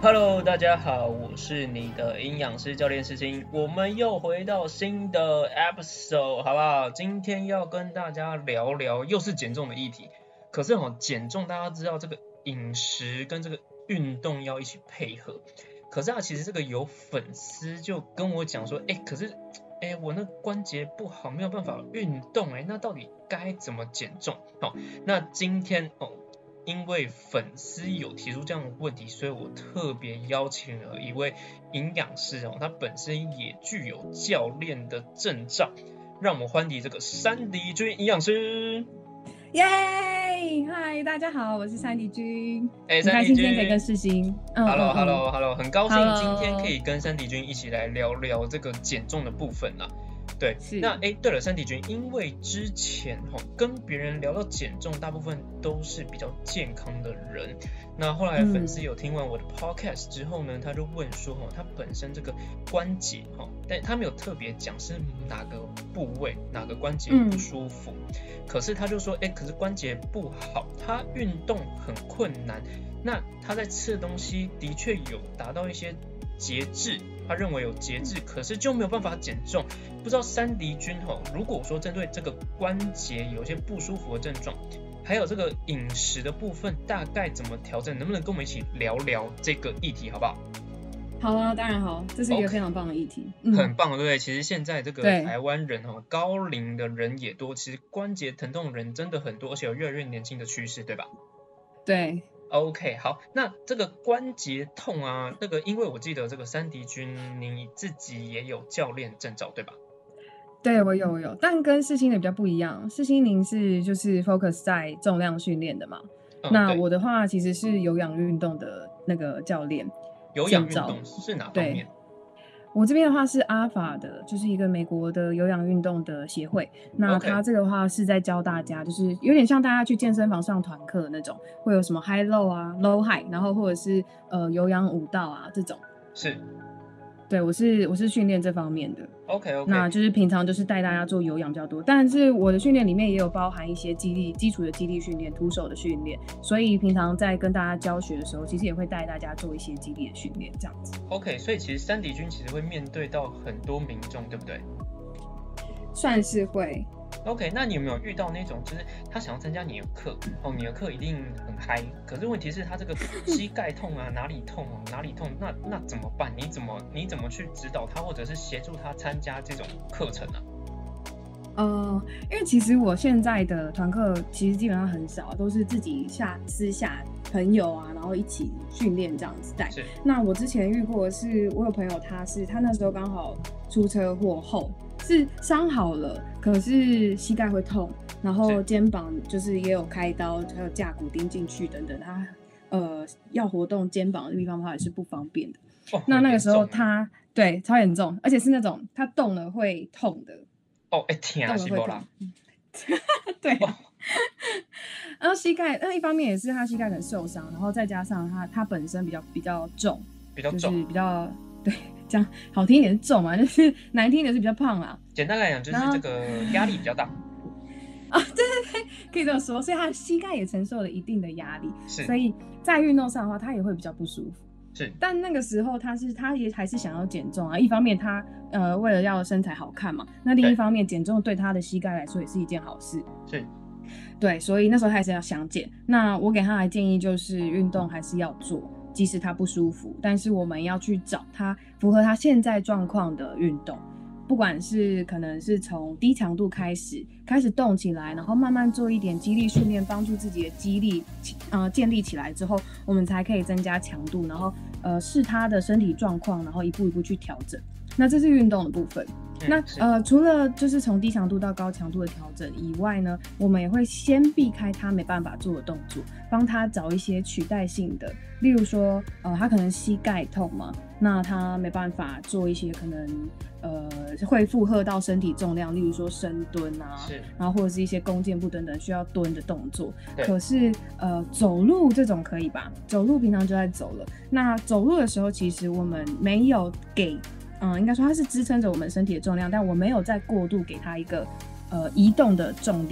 Hello， 大家好，我是你的营养师教练世新，我们又回到新的 episode， 好不好？今天要跟大家聊聊又是减重的议题。可是减重大家知道这个饮食跟这个运动要一起配合。可是其实这个有粉丝就跟我讲说，可是我那关节不好，没有办法运动，那到底该怎么减重？那今天因为粉丝有提出这样的问题，所以我特别邀请了一位营养师他本身也具有教练的证照，让我们欢迎这个珊迪君营养师。 耶！嗨，大家好，我是珊迪君。 很开心今天可以跟世新。 Hello， 很高兴今天可以跟珊迪君一起来聊聊这个减重的部分啦。对，那对了，珊迪君，因为之前跟别人聊到减重，大部分都是比较健康的人。那后来粉丝有听完我的 podcast 之后呢，他就问说他本身这个关节但他没有特别讲是哪个部位哪个关节不舒服，可是他就说可是关节不好，他运动很困难，那他在吃的东西的确有达到一些节制，他认为有节制，可是就没有办法减重。不知道珊迪君如果说针对这个关节有一些不舒服的症状，还有这个饮食的部分大概怎么调整，能不能跟我们一起聊聊这个议题好不好？ 好啊，当然好，这是一个非常棒的议题。 很棒，对不对？其实现在这个台湾人高龄的人也多，其实关节疼痛的人真的很多，而且有越来越年轻的趋势，对吧？ 对。 OK， 好，那这个关节痛因为我记得这个珊迪君你自己也有教练证照，对吧？ 对，我有，但跟世新的比较不一样。世新您是就是 focus 在重量训练的嘛？那我的话其实是有氧运动的那个教练。 有氧运动是哪方面？ 我这边的话是阿法的，就是一个美国的有氧运动的协会。那他这个话是在教大家，就是有点像大家去健身房上团课那种，会有什么 high low 啊 low high， 然后或者是有氧舞蹈啊这种。是。对，我是训练这方面的。OK， 那就是平常就是带大家做有氧比较多，但是我的训练里面也有包含一些基础的肌力训练、徒手的训练，所以平常在跟大家教学的时候，其实也会带大家做一些肌力的训练，这样子。 OK， 所以其实珊迪君其实会面对到很多民众，对不对？ 算是会。 OK， 那你有没有遇到那种就是他想要参加你的课你的课一定很嗨，可是问题是他这个膝盖痛哪里痛那怎么办？你怎么去指导他，或者是协助他参加这种课程因为其实我现在的团课其实基本上很少，都是自己私下朋友然后一起训练这样子带。那我之前遇过的是，我有朋友他那时候刚好出车祸后是伤好了，可是膝盖会痛，然后肩膀就是也有开刀，还有架骨钉进去等等，他要活动肩膀的地方的话也是不方便的。那个时候他对超严重，而且是那种他动了会痛的。 天啊，是不啦？ 对。然后膝盖，那一方面也是他膝盖很受伤，然后再加上他本身比较重，就是比较对，这样好听一点是重嘛，就是难听一点是比较胖啦。 简单来讲就是这个压力比较大。 对，可以这么说，所以他的膝盖也承受了一定的压力，所以在运动上的话，他也会比较不舒服。但那个时候他也还是想要减重一方面他为了要身材好看嘛，那另一方面减重对他的膝盖来说也是一件好事。对，所以那时候他还是要想减。那我给他的建议就是运动还是要做，即使他不舒服，但是我们要去找他符合他现在状况的运动，不管是可能是从低强度开始动起来，然后慢慢做一点肌力训练，帮助自己的肌力建立起来之后，我们才可以增加强度，然后视他的身体状况，然后一步一步去调整。那这是运动的部分。那除了就是从低强度到高强度的调整以外呢，我们也会先避开他没办法做的动作，帮他找一些取代性的，例如说他可能膝盖痛嘛，那他没办法做一些可能会负荷到身体重量，例如说深蹲然后或者是一些弓箭步等等需要蹲的动作。可是走路这种可以吧？走路平常就在走了。那走路的时候，其实我们没有给应该说它是支撑着我们身体的重量，但我没有再过度给它一个移动的重力，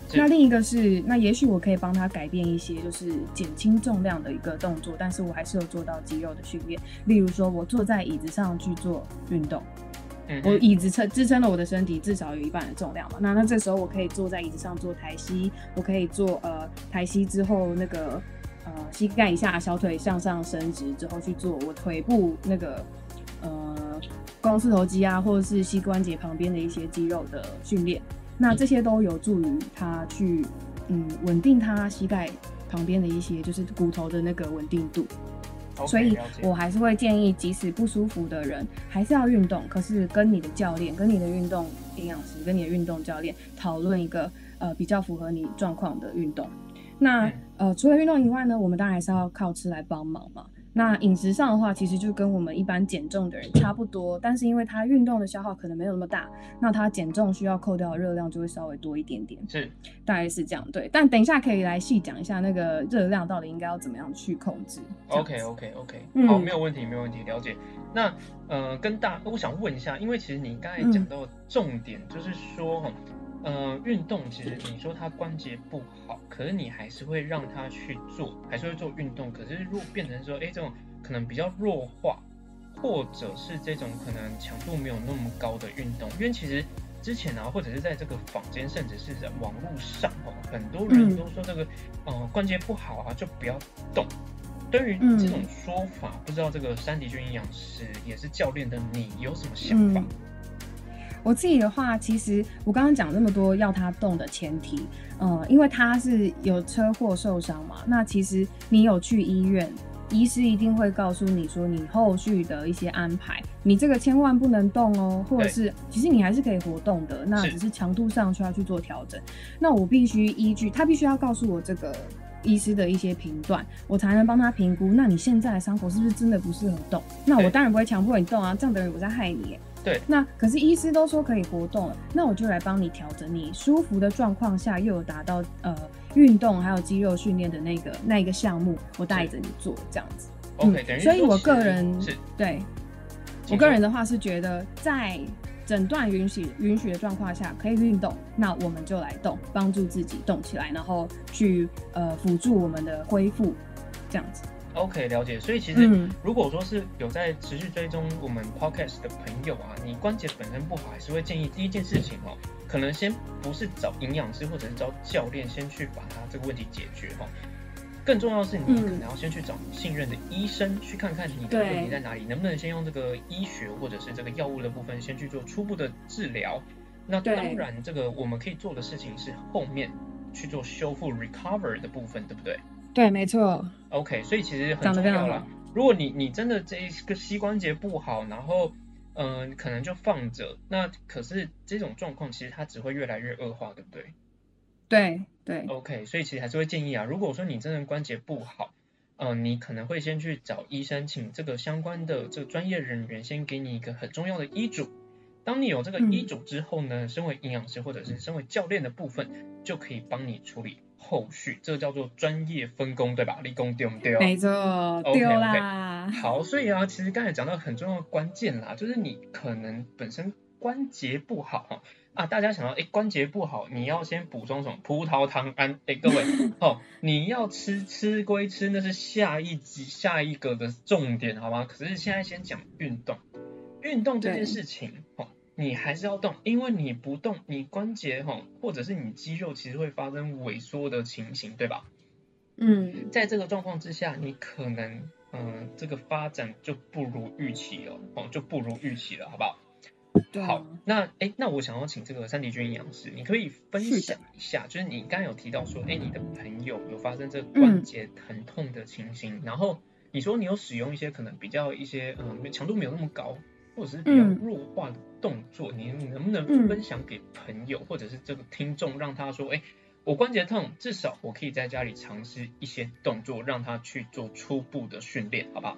那另一个是，那也许我可以帮他改变一些，就是减轻重量的一个动作，但是我还是有做到肌肉的训练。例如说，我坐在椅子上去做运动，我椅子支撑了我的身体至少有一半的重量嘛。那这时候我可以坐在椅子上做抬膝，我可以做抬膝之后那个膝盖以下小腿向上伸直之后去做我腿部那个肱四头肌啊，或者是膝关节旁边的一些肌肉的训练。那这些都有助于他去稳定他膝盖旁边的一些就是骨头的那个稳定度。所以我还是会建议，即使不舒服的人还是要运动，可是跟你的教练、跟你的运动营养师、跟你的运动教练讨论一个比较符合你状况的运动。那除了运动以外呢，我们当然还是要靠吃来帮忙嘛。那饮食上的话，其实就跟我们一般减重的人差不多，但是因为他运动的消耗可能没有那么大，那他减重需要扣掉的热量就会稍微多一点点， 是， 大概是这样。对，但等一下可以来细讲一下那个热量到底应该要怎么样去控制。 OK， 好，没有问题，了解。那我想问一下，因为其实你刚才讲到重点就是说运动其实你说他关节不好，可是你还是会让他去做，还是会做运动。可是如果变成说，这种可能比较弱化，或者是这种可能强度没有那么高的运动，因为其实之前啊，或者是在这个坊间，甚至是在网络上很多人都说这个关节不好啊，就不要动。对于这种说法，不知道这个山迪君营养师也是教练的你有什么想法？ 我自己的话，其实我刚刚讲那么多要他动的前提，因为他是有车祸受伤嘛，那其实你有去医院，医师一定会告诉你说你后续的一些安排，你这个千万不能动哦，或者是其实你还是可以活动的，那只是强度上需要去做调整。那我必须依据他必须要告诉我这个医师的一些评断，我才能帮他评估，那你现在的伤口是不是真的不适合动？那我当然不会强迫你动啊，这样等于我在害你耶。 对， 那可是医师都说可以活动了，那我就来帮你调整，你舒服的状况下又有达到运动还有肌肉训练的那一个项目，我带着你做这样子。 OK，等于所以我个人对我个人的话是觉得，在诊断允许的状况下可以运动，那我们就来动，帮助自己动起来，然后去辅助我们的恢复，这样子。 OK， 了解。所以其实如果说是有在持续追踪我们 Podcast 的朋友啊，你关节本身不好，还是会建议第一件事情可能先不是找营养师或者是找教练先去把它这个问题解决更重要的是你可能要先去找信任的医生去看看你的问题在哪里，能不能先用这个医学或者是这个药物的部分先去做初步的治疗。那当然这个我们可以做的事情是后面去做修复 recover 的部分，对不对？ 对，没错。 OK， 所以其实很重要啦。如果你真的这一个膝关节不好，然后可能就放着，那可是这种状况其实它只会越来越恶化，对不对？ 对。 OK， 所以其实还是会建议啊，如果说你真的关节不好，你可能会先去找医生，请这个相关的这个专业人员先给你一个很重要的医嘱。当你有这个医嘱之后呢，身为营养师或者是身为教练的部分，就可以帮你处理后续，这个叫做专业分工，对吧？你说对不对？ 没错，对啦。 好，所以啊，其实刚才讲到很重要的关键啦，就是你可能本身关节不好啊，大家想到关节不好，你要先补充什么？葡萄糖胺。各位你要吃归吃，那是下一个的重点，好吗？可是现在先讲运动这件事情你还是要动，因为你不动，你关节或者是你肌肉其实会发生萎缩的情形，对吧？在这个状况之下，你可能这个发展就不如预期了好不好？好，那我想要请这个山迪君营养师，你可以分享一下，就是你刚刚有提到说，你的朋友有发生这个关节疼痛的情形，然后你说你有使用一些可能比较一些强度没有那么高，或者是比较弱化的动作，你能不能分享给朋友或者是这个听众，让他说，我关节痛，至少我可以在家里尝试一些动作，让他去做初步的训练，好不好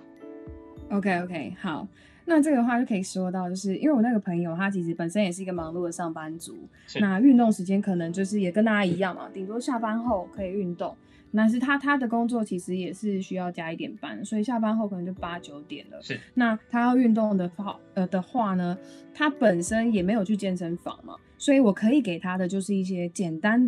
？OK， 好。那这个的话就可以说到，就是因为我那个朋友他其实本身也是一个忙碌的上班族，那运动时间可能就是也跟大家一样嘛，顶多下班后可以运动。但是他的工作其实也是需要加一点班，所以下班后可能就8、9点了。那他要运动的话呢，他本身也没有去健身房嘛，所以我可以给他的就是一些简单的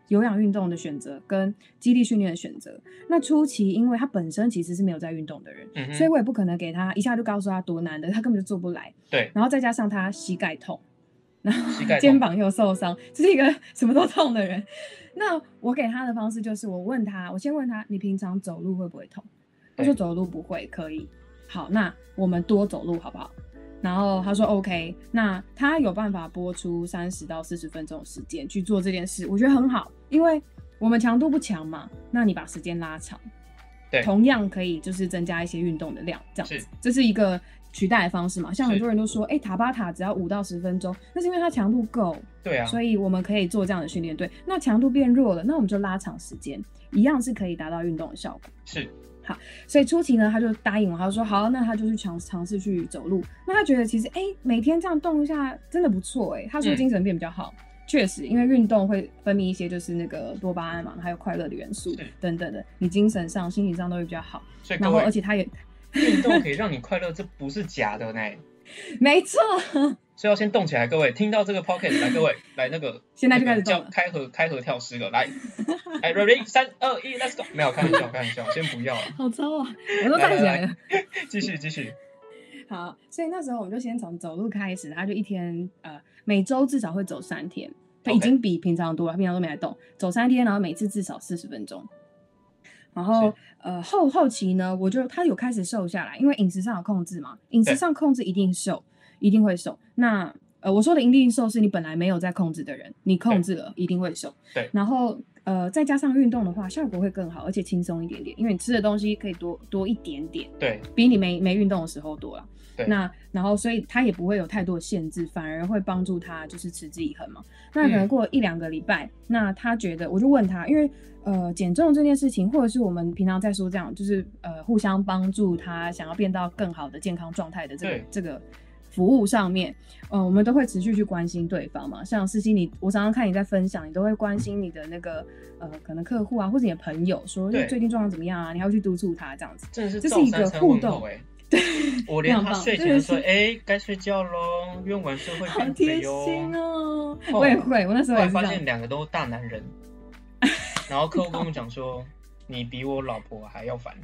有氧运动的选择跟肌力训练的选择。那初期因为他本身其实是没有在运动的人，所以我也不可能给他一下就告诉他多难的，他根本就做不来。 对， 然后再加上他膝盖痛，然后肩膀又受伤，就是一个什么都痛的人。那我给他的方式就是我先问他你平常走路会不会痛？他说走路不会，可以。好，那我们多走路好不好？然后他说 OK， 那他有办法拨出30到40分钟的时间去做这件事，我觉得很好，因为我们强度不强嘛，那你把时间拉长， 对， 同样可以就是增加一些运动的量，这样子，这是一个取代的方式嘛。像很多人都说，塔巴塔只要5到10分钟，那是因为它强度够， 对啊， 所以我们可以做这样的训练。对，那强度变弱了，那我们就拉长时间，一样是可以达到运动的效果。 是。 好，所以初期呢，他就答应我，他就说好，那他就去尝试去走路。那他觉得其实每天这样动一下真的不错他说精神变比较好，确实，因为运动会分泌一些就是那个多巴胺嘛，还有快乐的元素等等的，你精神上、心理上都会比较好。然后而且他也运动可以让你快乐，这不是假的呢。 没错。 所以要先动起来，各位听到这个 podcast 来，各位来那个现在就开始叫开合跳10个来，ready 3、2、1 let's go， 没有开玩笑，先不要了， 好糟啊，我都站起来了， 继续。 好，所以那时候我们就先从走路开始，他就一天每周至少会走3天，他已经比平常多了，平常都没来动，走3天，然后每次至少40分钟。然后后期呢，他有开始瘦下来，因为饮食上有控制嘛，饮食上控制一定会瘦。那我说的一定瘦是你本来没有在控制的人，你控制了一定会瘦。 对。然后再加上运动的话，效果会更好，而且轻松一点点，因为你吃的东西可以多一点点， 对， 比你没运动的时候多啦。 对。 那然后所以他也不会有太多的限制，反而会帮助他就是持之以恒嘛。那可能过了1-2个礼拜，那他觉得我就问他，因为减重这件事情，或者是我们平常在说这样，就是互相帮助他想要变到更好的健康状态的这个服务上面，我们都会持续去关心对方嘛。像思琪我常常看你在分享，你都会关心你的那个可能客户啊，或者你的朋友，说最近状况怎么样啊？你还会去督促他这样子，这是一个互动。 对，我连他睡前说，该睡觉咯，因为晚睡会变肥哟。好贴心哦！我也会，我那时候也是这样。 后来发现2个都大男人，然后客户跟我讲说，你比我老婆还要烦。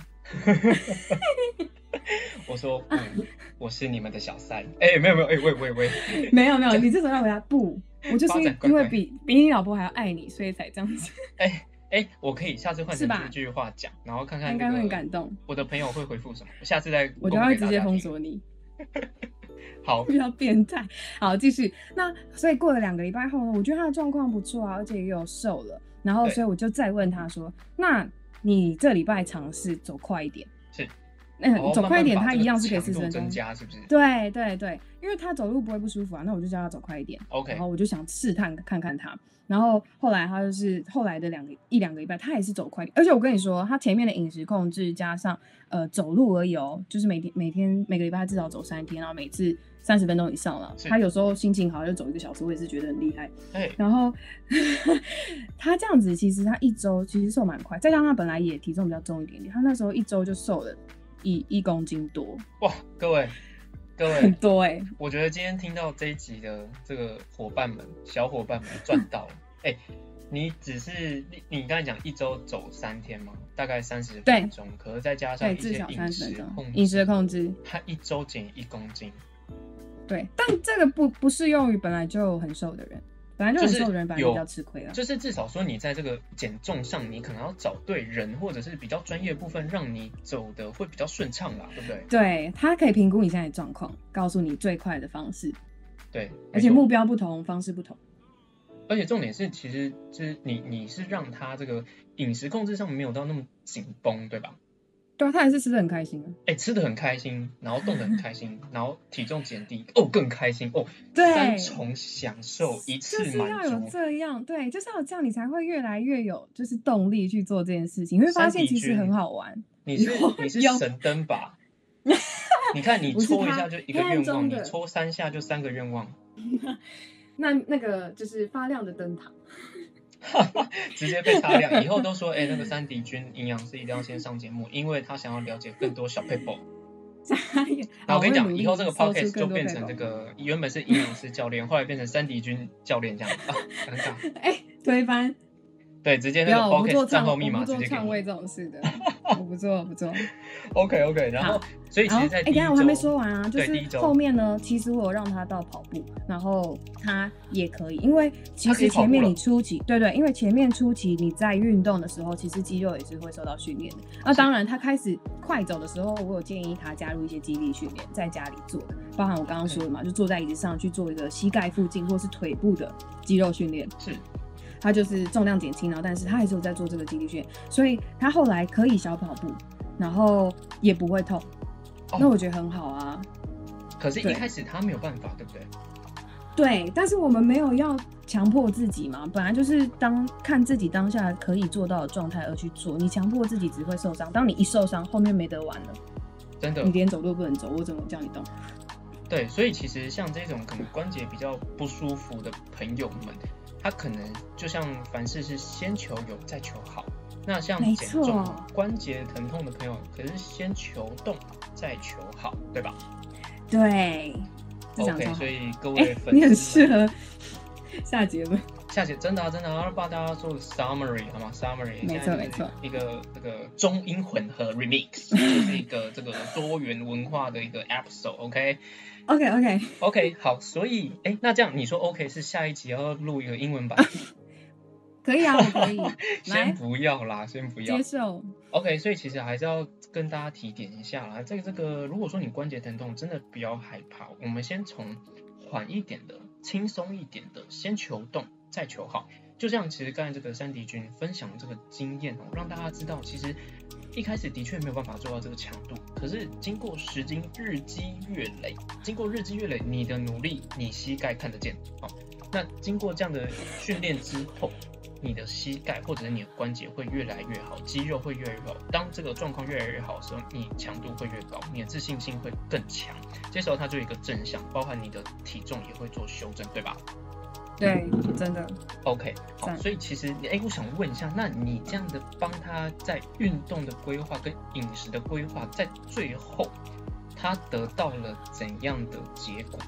我说我是你们的小三。没有，喂， 没有，你这时候要回答不，我就是因为比你老婆还要爱你，所以才这样子。 我可以下次换成这句话讲，然后看看应该会很感动。 我的朋友会回复什么？下次再我就会直接封锁你。 好， 比较变态。好，继续。那所以过了2个礼拜后呢，我觉得他的状况不错啊，而且也有瘦了。然后所以我就再问他说：“那你这礼拜尝试走快一点？” 是。 走快一点，他一样是可以40分钟增加，是不是？ 对，因为他走路不会不舒服啊，那我就叫他走快一点。 OK。 然后我就想试探看看他，然后后来他就是后来的1-2个礼拜，他也是走快一点。而且我跟你说，他前面的饮食控制加上走路而已就是每个礼拜至少走3天，然后每次30分钟以上了。他有时候心情好就走1个小时，我也是觉得很厉害。然后他这样子，其实他1周其实瘦蛮快，再加上他本来也体重比较重一点点，他那时候1周就瘦了1公斤多。 哇，各位很多我觉得今天听到这一集的这个小伙伴们赚到了。你刚才讲1周走3天吗？大概30分钟，可是再加上一些饮食控制， 他1周减1公斤。 对，但这个不适用于本来就很瘦的人。本来就很瘦的人本来比较吃亏了， 就是至少说你在这个减重上，你可能要找对人，或者是比较专业的部分，让你走的会比较顺畅啦，对不对？ 对，他可以评估你现在的状况，告诉你最快的方式。 对， 而且目标不同，方式不同。 而且重点是，其实就是你是让他这个饮食控制上没有到那么紧绷，对吧？ 对啊，他还是吃得很开心啊。 吃得很开心，然后动得很开心，然后体重减低，更开心对 ，3重享受，一次满足。 就是要有这样，对，就是要有这样，你才会越来越有就是动力去做这件事情。你会发现其实很好玩。 你是神灯吧？你看你戳一下就1个愿望，你戳3下就3个愿望。 那个就是发亮的灯塔。 直接被擦亮，以后都说那个山迪君营养师一定要先上节目，因为他想要了解更多小 paper。然后我跟你讲，以后这个 podcast 就变成这个原本是营养师教练，后来变成山迪君教练这样尴尬。 推翻。 对，直接那个 podcast 账号密码直接给你。 我不做篡位这种事的，我不做。 OK， 然后所以其实在第一周， 等一下我还没说完啊，就是后面呢，其实我有让他到跑步，然后他也可以，因为其实前面你初期，对，因为前面初期你在运动的时候，其实肌肉也是会受到训练的。那当然，他开始快走的时候，我有建议他加入一些肌力训练，在家里做的，包含我刚刚说的嘛，就坐在椅子上去做一个膝盖附近或是腿部的肌肉训练。 是。 他就是重量减轻，然后但是他还是有在做这个肌力训练，所以他后来可以小跑步，然后也不会痛，那我觉得很好啊。 可是，一开始他没有办法，对不对？ 对，但是我们没有要强迫自己嘛，本来就是看自己当下可以做到的状态而去做。你强迫自己只会受伤，当你一受伤，后面没得玩了， 真的， 你连走路都不能走，我怎么叫你动？ 对，所以其实像这种可能关节比较不舒服的朋友们。他可能就像凡事是先求有再求好，那像减重关节疼痛的朋友，可是先求动再求好，对吧？ 对 ，OK， 所以各位粉丝， 你很适合下结论。 真的，要帮大家做 summary 好吗 ？summary， 没错， 一个这个中英混合 remix， 就是一个这个多元文化的一个 episode，OK。OK， 好，所以那这样你说 OK 是下一集要录一个英文版？ 可以啊，我可以。 先不要啦，先不要。 接受。 OK， 所以其实还是要跟大家提点一下啦，在这个如果说你关节疼痛，真的不要害怕，我们先从缓一点的、轻松一点的，先求动再求好。就像其实刚才这个珊迪君分享这个经验让大家知道，其实一开始的确没有办法做到这个强度，可是经过时间日积月累，你的努力，你膝盖看得见。那经过这样的训练之后，你的膝盖或者是你的关节会越来越好，肌肉会越来越好。当这个状况越来越好的时候，你强度会越高，你的自信心会更强。这时候它就有一个正向，包含你的体重也会做修正，对吧？ 对，真的。 OK， 好，所以其实我想问一下，那你这样的帮他在运动的规划跟饮食的规划，在最后他得到了怎样的结果？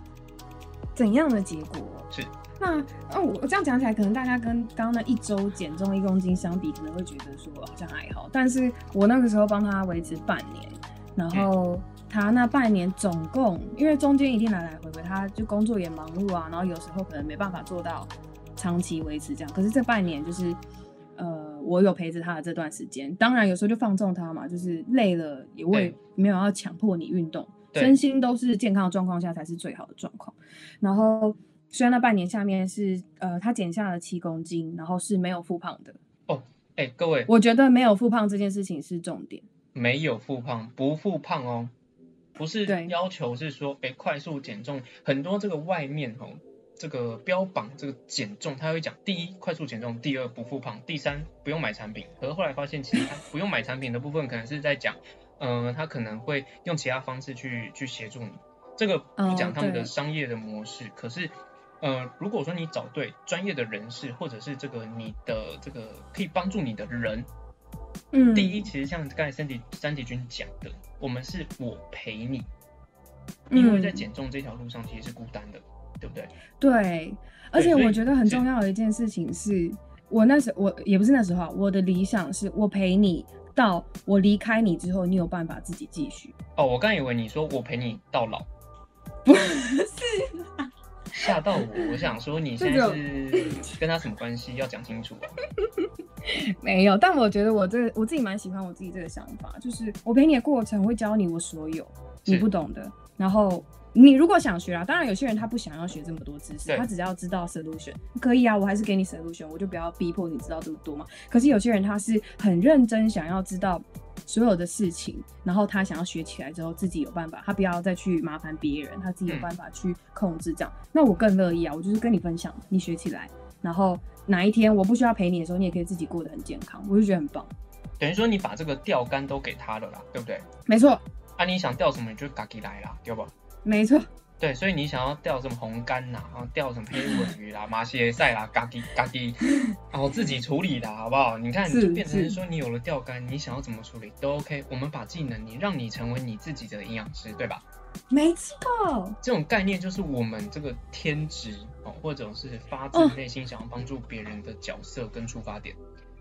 是。 那我这样讲起来，可能大家跟刚刚那1周减重1公斤相比，可能会觉得说好像还好，但是我那个时候帮他维持半年，然后他那半年总共，因为中间一定来来回回，他就工作也忙碌啊，然后有时候可能没办法做到长期维持这样。可是这半年就是我有陪着他的这段时间，当然有时候就放纵他嘛，就是累了也会没有要强迫你运动，身心都是健康的状况下才是最好的状况。然后虽然那半年下面是他减下了7公斤，然后是没有复胖的。 各位， 我觉得没有复胖这件事情是重点。 没有复胖，不复胖哦，不是要求是说快速减重，很多这个外面这个标榜这个减重，他会讲第一快速减重，第二不复胖，第三不用买产品。可是后来发现，其实他不用买产品的部分，可能是在讲他可能会用其他方式去协助你。这个不讲他们的商业的模式，可是如果说你找对专业的人士，或者是这个你的这个可以帮助你的人，第一其实像刚才珊迪君讲的，我们是我陪你，因为在减重这条路上其实是孤单的，对不对？ 对，而且我觉得很重要的一件事情是，我也不是那时候，我的理想是我陪你到我离开你之后，你有办法自己继续。 我刚以为你说我陪你到老， 不是。 吓到我想说你现在是跟他什么关系？要讲清楚啊。 没有，但我觉得我自己蛮喜欢我自己这个想法，就是我陪你的过程会教你我所有你不懂的，然后你如果想学啊，当然有些人他不想要学这么多知识，他只要知道 solution 可以啊，我还是给你 solution， 我就不要逼迫你知道这么多嘛。可是有些人他是很认真想要知道所有的事情，然后他想要学起来之后自己有办法，他不要再去麻烦别人，他自己有办法去控制这样。那我更乐意啊，我就是跟你分享，你学起来，然后哪一天我不需要陪你的时候，你也可以自己过得很健康，我就觉得很棒。 等于说你把这个钓竿都给他了啦，对不对？ 没错。 你想钓什么你就自己来啦，对吧？ 没错。 对，所以你想要钓什么红竿啦，然后钓什么黑尾鱼啦、马歇赛啦，自己然后自己处理啦，好不好？你看，你就变成说你有了钓竿，你想要怎么处理都 OK。我们把技能让你成为你自己的营养师，对吧？ 没错。 这种概念就是我们这个天职或者是发自内心想要帮助别人的角色跟出发点。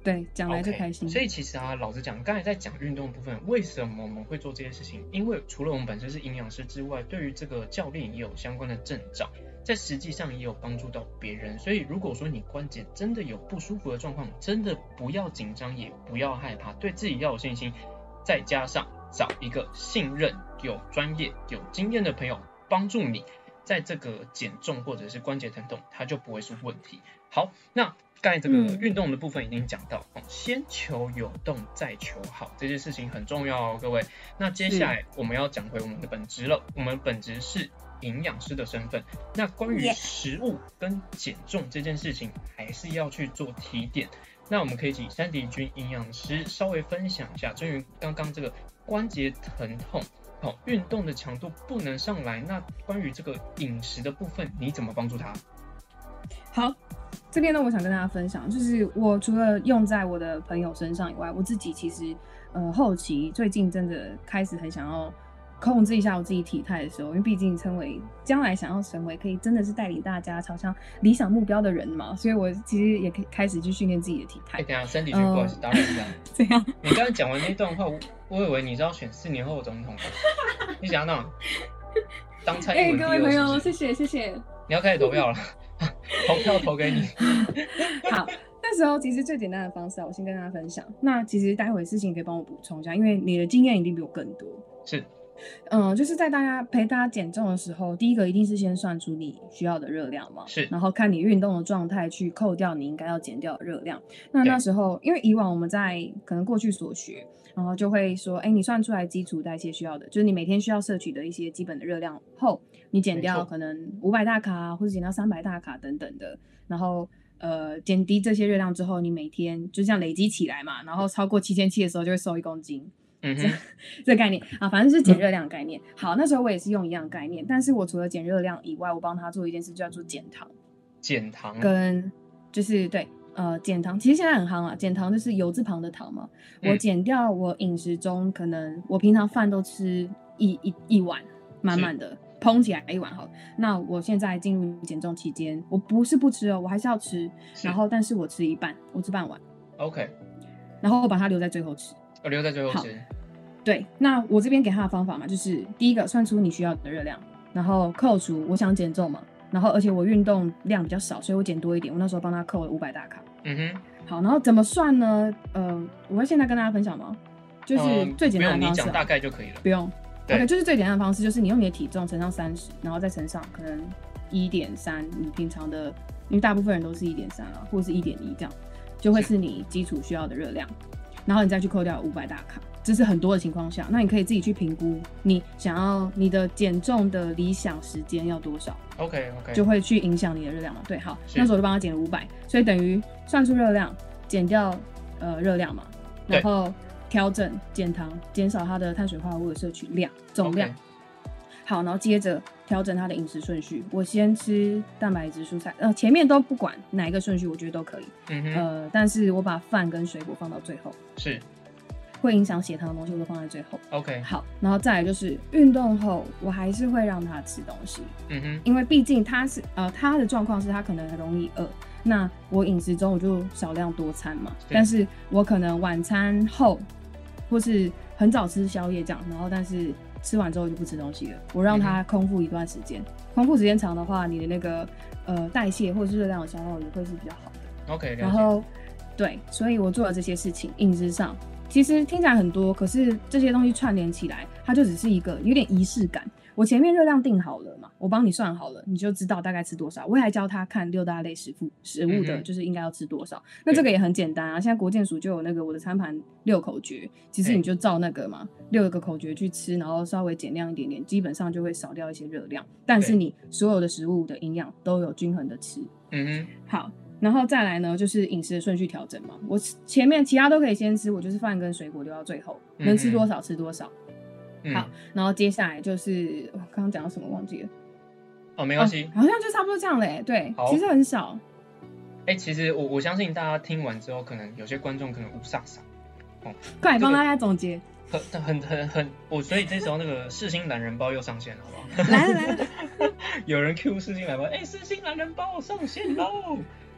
对，讲来就开心。 所以其实老实讲，刚才在讲运动的部分，为什么我们会做这些事情？因为除了我们本身是营养师之外，对于这个教练也有相关的证照，在实际上也有帮助到别人。所以如果说你关节真的有不舒服的状况，真的不要紧张，也不要害怕，对自己要有信心，再加上找一个信任、有专业、有经验的朋友帮助你，在这个减重或者是关节疼痛，它就不会是问题。好，那刚才这个运动的部分已经讲到，先求有动再求好，这件事情很重要各位。那接下来我们要讲回我们的本职了，我们本职是营养师的身份。那关于食物跟减重这件事情，还是要去做提点。那我们可以请珊迪君营养师稍微分享一下，关于刚刚这个关节疼痛，运动的强度不能上来，那关于这个饮食的部分，你怎么帮助他？ 好，这边呢，我想跟大家分享，就是我除了用在我的朋友身上以外，我自己其实后期最近真的开始很想要控制一下我自己体态的时候，因为毕竟将来想要成为可以真的是带领大家朝向理想目标的人嘛，所以我其实也可以开始去训练自己的体态。 等一下，珊迪君，不好意思，打扰一下。 怎样？ 你刚才讲完那段话，我以为你是要选4年后的总统，你想要那种当蔡英文第二？ 各位朋友，谢谢。 你要开始投票了。投票投给你。 好，那时候其实最简单的方式我先跟大家分享。那其实待会事情可以帮我补充一下，因为你的经验一定比我更多。 是， 就是在陪大家减重的时候，第一个一定是先算出你需要的热量嘛， 是， 然后看你运动的状态去扣掉你应该要减掉的热量。那时候，因为以往我们在可能过去所学，然后就会说，你算出来基础代谢需要的，就是你每天需要摄取的一些基本的热量后，你减掉可能500大卡或者减掉300大卡等等的，然后减低这些热量之后，你每天就这样累积起来嘛，然后超过7700的时候就会瘦1公斤。这个概念啊，反正是减热量的概念。好，那时候我也是用一样的概念，但是我除了减热量以外，我帮他做一件事，叫做减糖。 减糖跟就是对减糖，其实现在很夯啊，减糖就是油字旁的糖嘛。我减掉我饮食中可能我平常饭都吃一碗满满的，烹起来1碗好。那我现在进入减重期间，我不是不吃哦，我还是要吃，然后但是我吃一半，我吃半碗。 OK。 然后我把它留在最后吃。 留在最后吃。 对，那我这边给他的方法嘛，就是第一个算出你需要的热量，然后扣除我想减重嘛，然后而且我运动量比较少，所以我减多一点。我那时候帮他扣了500大卡。好，然后怎么算呢？我会现在跟大家分享吗？就是最简单的方式，不用你讲大概就可以了。 不用。OK， 就是最简单的方式，就是你用你的体重乘上30，然后再乘上可能1.3，你平常的，因为大部分人都是1.3啊，或者是1.1这样，就会是你基础需要的热量。然后你再去扣掉500大卡，这是很多的情况下，那你可以自己去评估你想要你的减重的理想时间要多少。 OK， 就会去影响你的热量嘛。对，好，那时候我就帮他减了500，所以等于算出热量，减掉热量嘛，然后调整减糖，减少它的碳水化合物的摄取量总量。好，然后接着调整他的饮食顺序，我先吃蛋白质、蔬菜，前面都不管哪一个顺序，我觉得都可以。但是我把饭跟水果放到最后，是会影响血糖的东西，我都放在最后。 OK， 好，然后再来就是运动后，我还是会让他吃东西。因为毕竟他是他的状况是他可能很容易饿，那我饮食中我就少量多餐嘛，但是我可能晚餐后或是很早吃宵夜这样，然后但是吃完之后就不吃东西了，我让它空腹一段时间。空腹时间长的话，你的那个代谢或者是热量的消耗也会是比较好的。 OK， 然后对，所以我做了这些事情，饮食上其实听起来很多，可是这些东西串联起来，它就只是一个有点仪式感。我前面热量定好了嘛，我帮你算好了，你就知道大概吃多少。我也还教他看6大类食物的，就是应该要吃多少。那这个也很简单啊，现在国健署就有那个我的餐盘6口诀，其实你就照那个嘛，6个口诀去吃，然后稍微减量一点点，基本上就会少掉一些热量。但是你所有的食物的营养都有均衡的吃。好，然后再来呢，就是饮食的顺序调整嘛。我前面其他都可以先吃，我就是饭跟水果留到最后，能吃多少吃多少。好，然后接下来就是我刚刚讲到什么忘记了。 没关系， 好像就差不多这样嘞。对，其实很少。 其实我相信大家听完之后，可能有些观众可能无煞煞。 快帮大家总结。 所以这时候那个世新懒人包又上线了，好不好？ 来了。 有人 Q 世新懒人包，世新懒人包上线喽！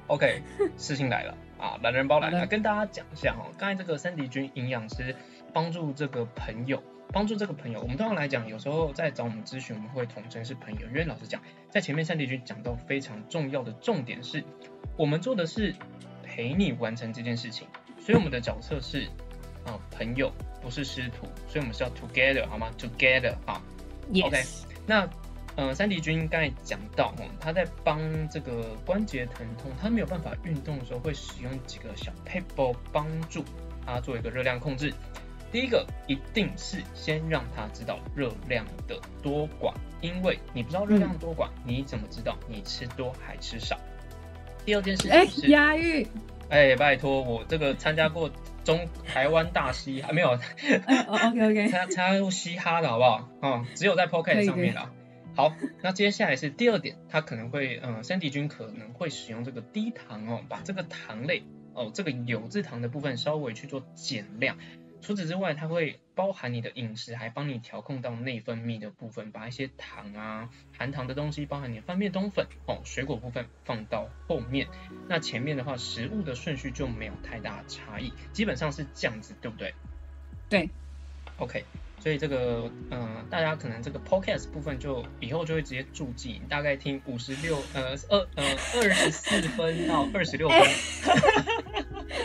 OK， 事情来了啊，懒人包来了，跟大家讲一下刚才这个山迪君营养师帮助这个朋友，我们通常来讲，有时候在找我们咨询，我们会统称是朋友，因为老实讲，在前面山迪君讲到非常重要的重点是，我们做的是陪你完成这件事情，所以我们的角色是朋友，不是师徒，所以我们是要 together 好吗 ？together 好 ，yes. OK， 那山迪君刚才讲到他在帮这个关节疼痛，他没有办法运动的时候，会使用几个小 paper 帮助他做一个热量控制。第一个一定是先让他知道热量的多寡，因为你不知道热量多寡，你怎么知道你吃多还吃少？第二件事情是押韵。 拜托，我这个参加过台湾大嘻哈没有 ？OK， 参加过嘻哈的好不好？只有在 Podcast 上面啦。好，那接下来是第二点，他可能会山迪君可能会使用这个低糖把这个糖类这个有字糖的部分稍微去做减量。除此之外，它会包含你的饮食，还帮你调控到内分泌的部分，把一些糖啊、含糖的东西，包含你的饭面冬粉水果部分放到后面。那前面的话，食物的顺序就没有太大的差异，基本上是这样子，对不对？ 对。 OK， 所以这个大家可能这个 podcast 部分就以后就会直接注记，大概听24分到26分。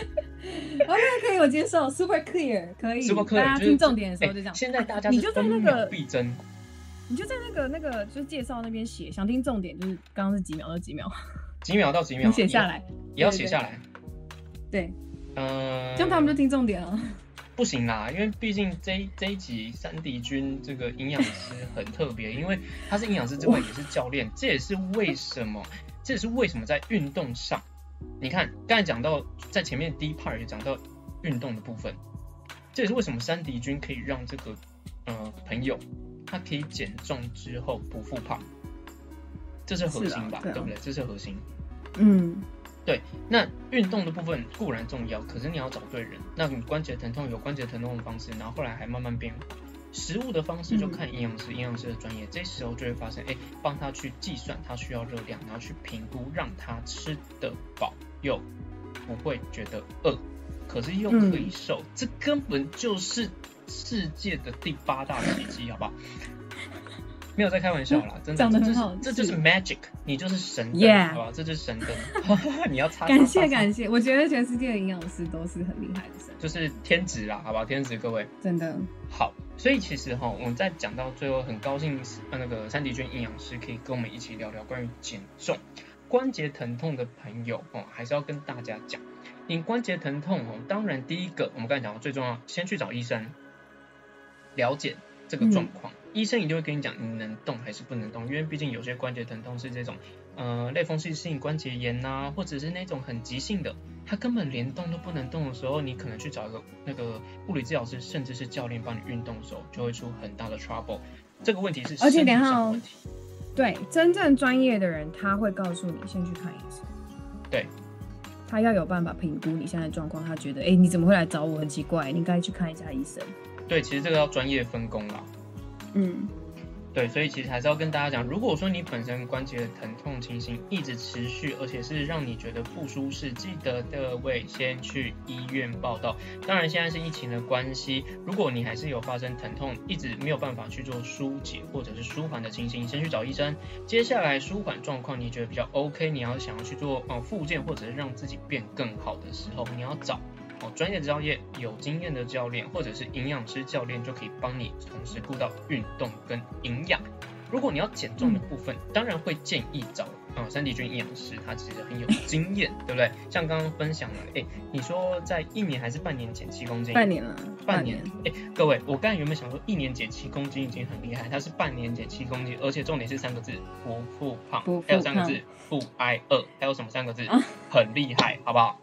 OK， 可以，我接受 ，super clear， 可以。 super clear， 大家听重点的时候就这样。 现在大家你就在那个必争， 你就在那个就是介绍那边写，想听重点就是刚刚是几秒到几秒， 几秒到几秒， 你写下来， 也要写下来。 对，这样他们就听重点了。 不行啦，因为毕竟这一集山迪君这个营养师很特别，因为他是营养师之外也是教练，这也是为什么在运动上，你看刚才讲到在前面第一 part 也讲到运动的部分，这也是为什么山迪君可以让这个朋友他可以减重之后不复胖，这是核心吧，对不对？这是核心。对，那运动的部分固然重要，可是你要找对人。那你关节疼痛有关节疼痛的方式，然后后来还慢慢变化。食物的方式就看营养师的专业，这时候就会发生，帮他去计算他需要热量，然后去评估，让他吃得饱又不会觉得饿，可是又可以瘦，这根本就是世界的第8大奇迹，好不好？没有在开玩笑啦，真的，这就是 magic， 你就是神灯，好不好？这就是神灯，你要擦。 感谢，我觉得全世界的营养师都是很厉害的神， 就是天职啦，好不好？天职各位， 真的好。所以其实我们在讲到最后，很高兴那个山迪君营养师可以跟我们一起聊聊关于减重、关节疼痛的朋友还是要跟大家讲，你关节疼痛当然第一个我们刚才讲到最重要，先去找医生了解这个状况。医生一定会跟你讲你能动还是不能动，因为毕竟有些关节疼痛是这种类风湿性关节炎或者是那种很急性的，他根本连动都不能动的时候，你可能去找一个那个物理治疗师甚至是教练帮你运动的时候，就会出很大的 trouble。这个问题是身体上的问题。 对，真正专业的人他会告诉你先去看医生。 对， 他要有办法评估你现在的状况，他觉得你怎么会来找我，很奇怪，你应该去看一下医生。 对，其实这个要专业分工啦。对，所以其实还是要跟大家讲，如果说你本身关节的疼痛情形一直持续，而且是让你觉得不舒适，记得各位先去医院报到。当然现在是疫情的关系，如果你还是有发生疼痛，一直没有办法去做疏解或者是舒缓的情形，先去找医生。接下来舒缓状况你觉得比较 OK， 你要想要去做复健或者是让自己变更好的时候，你要找专业的教练、有经验的教练或者是营养师教练，就可以帮你同时顾到运动跟营养。如果你要减重的部分，当然会建议找山迪君营养师，他其实很有经验，对不对？像刚刚分享了，你说在1年还是半年减7公斤？ 半年了， 半年。各位，我刚才原本想说1年减7公斤已经很厉害，他是半年减7公斤，而且重点是3个字：不复胖。还有3个字：不挨饿。还有什么3个字？很厉害，好不好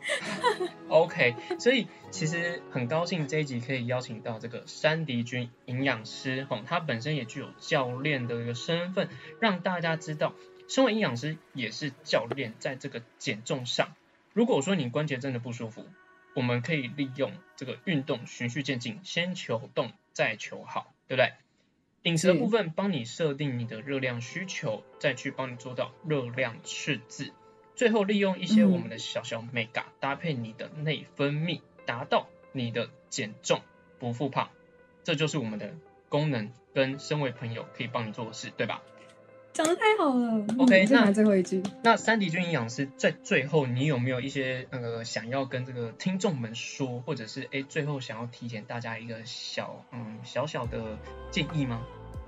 ？OK， 所以其实很高兴这一集可以邀请到这个山迪君营养师，他本身也具有教练的一个身份，让大家知道，身为营养师也是教练，在这个减重上，如果说你关节真的不舒服，我们可以利用这个运动循序渐进，先求动再求好，对不对？饮食的部分帮你设定你的热量需求，再去帮你做到热量赤字。 最后利用一些我们的小小美感搭配你的内分泌，达到你的减重不复胖，这就是我们的功能跟身为朋友可以帮你做的事，对吧？ 讲得太好了。 OK， 那最后一句， 那珊迪君营养师在最后你有没有一些想要跟这个听众们说，或者是最后想要提前大家一个小小的建议吗？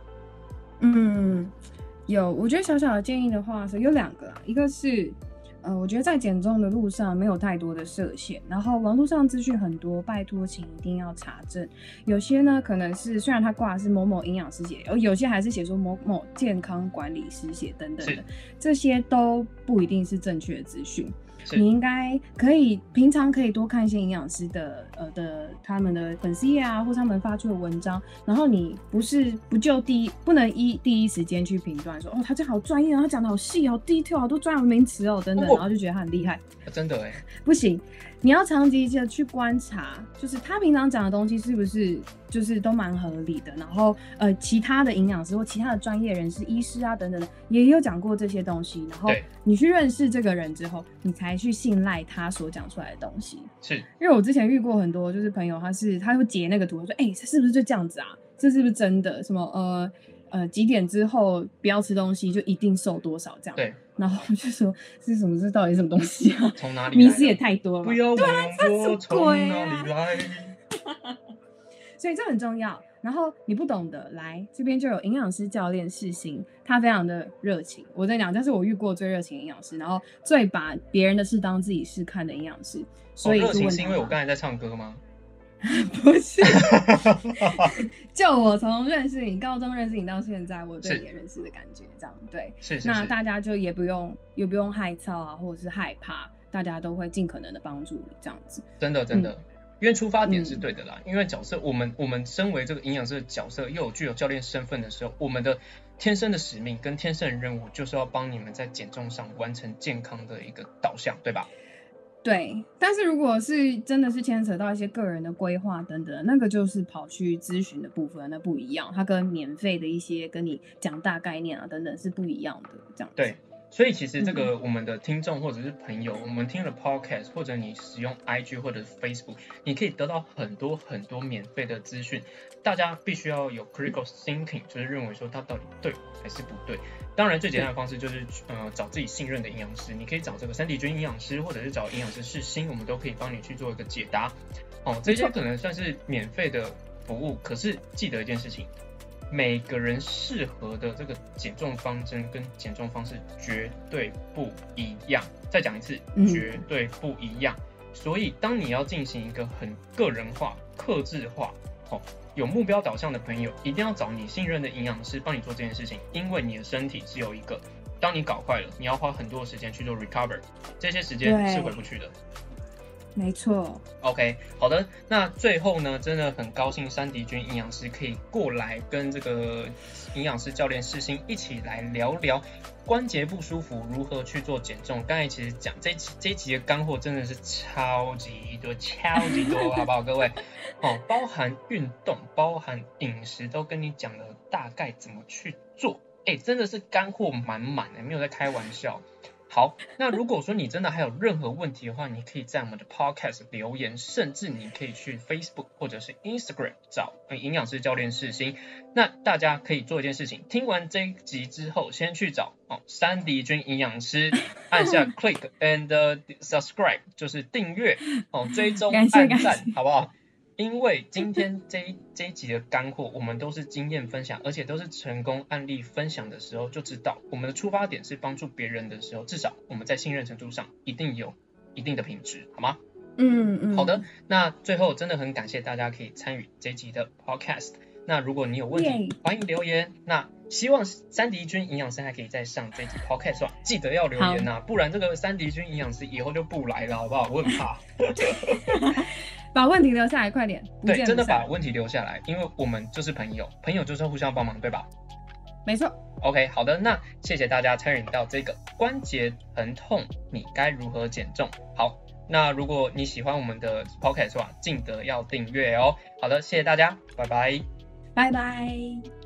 有，我觉得小小的建议的话是有2个啦，一个是我觉得在减重的路上没有太多的设限，然后网络上资讯很多，拜托请一定要查证。有些呢可能是虽然他挂的是某某营养师写，有些还是写说某某健康管理师写等等的，这些都不一定是正确的资讯。你应该平常可以多看一些营养师的他们的粉丝页啊，或他们发出的文章，然后你不能第一时间去评断说他这好专业，他讲的好细好 detail 好多专有名词等等，然后就觉得他很厉害。 真的不行，你要长期的去观察，就是他平常讲的东西是不是就是都蛮合理的，然后其他的营养师或其他的专业人士、医师啊等等的也有讲过这些东西，然后你去认识这个人之后，你才去信赖他所讲出来的东西。 是因为我之前遇过很多就是朋友，他会截那个图，他说这是不是就这样子啊？这是不是真的？什么几点之后不要吃东西就一定瘦多少这样？对。然后我就说这到底是什么东西啊？ 从哪里来？ 迷思也太多了吧。 不要问我从哪里来。 所以这很重要。然后你不懂的，来这边就有营养师教练世新，他非常的热情。我在讲，这是我遇过最热情的营养师，然后最把别人的事当自己事看的营养师。所以热情是因为我刚才在唱歌吗？ 不是，就我从认识你，高中认识你到现在，我对你的认识的感觉，这样对。是。那大家就也不用害臊啊，或者是害怕，大家都会尽可能的帮助你，这样子。 真的。因为出发点是对的啦，因为角色我们身为这个营养师的角色，又有具有教练身份的时候，我们的天生的使命跟天生的任务就是要帮你们在减重上完成健康的一个导向，对吧？ 对，但是如果是真的是牵扯到一些个人的规划等等，那个就是跑去咨询的部分，那不一样，它跟免费的一些跟你讲大概念啊等等是不一样的，这样子。 对。所以其实这个我们的听众或者是朋友，我们听了 podcast 或者你使用 IG 或者是 Facebook， 你可以得到很多免费的资讯。大家必须要有 critical thinking， 就是认为说它到底对还是不对。当然最简单的方式就是找自己信任的营养师，你可以找这个珊迪君营养师，或者是找营养师世新，我们都可以帮你去做一个解答。这些可能算是免费的服务，可是记得一件事情。每个人适合的这个减重方针跟减重方式绝对不一样。再讲一次，绝对不一样。所以当你要进行一个很个人化、客制化、有目标导向的朋友，一定要找你信任的营养师帮你做这件事情，因为你的身体只有一个。当你搞坏了，你要花很多的时间去做 recover， 这些时间是回不去的。 没错。 OK， 好的。那最后呢，真的很高兴珊迪君营养师可以过来跟这个营养师教练世新一起来聊聊关节不舒服如何去做减重。刚才其实讲这一集的干货真的是超级多，好不好，各位？包含运动、包含饮食，都跟你讲了大概怎么去做。真的是干货满满的，没有在开玩笑。好，那如果说你真的还有任何问题的话，你可以在我们的 podcast 留言，甚至你可以去 Facebook 或者是 Instagram 找营养师教练世新。那大家可以做一件事情，听完这一集之后，先去找珊迪君营养师，按下 click and subscribe， 就是订阅追踪按赞，好不好？因为今天这一集的干货，我们都是经验分享，而且都是成功案例分享的时候，就知道我们的出发点是帮助别人的时候，至少我们在信任程度上一定有一定的品质，好吗？好的。那最后真的很感谢大家可以参与这一集的 podcast。那如果你有问题，欢迎留言。那希望珊迪君营养师还可以再上这一集 podcast 上，记得要留言啊，不然这个珊迪君营养师以后就不来了，好不好？我很怕。 把问题留下来，快点！ 对，真的把问题留下来，因为我们就是朋友，朋友就是互相帮忙，对吧？ 没错。 OK， 好的，那谢谢大家参与到这个关节疼痛，你该如何减重？好，那如果你喜欢我们的 podcast 的话，记得要订阅哦。好的，谢谢大家，拜拜。 拜拜。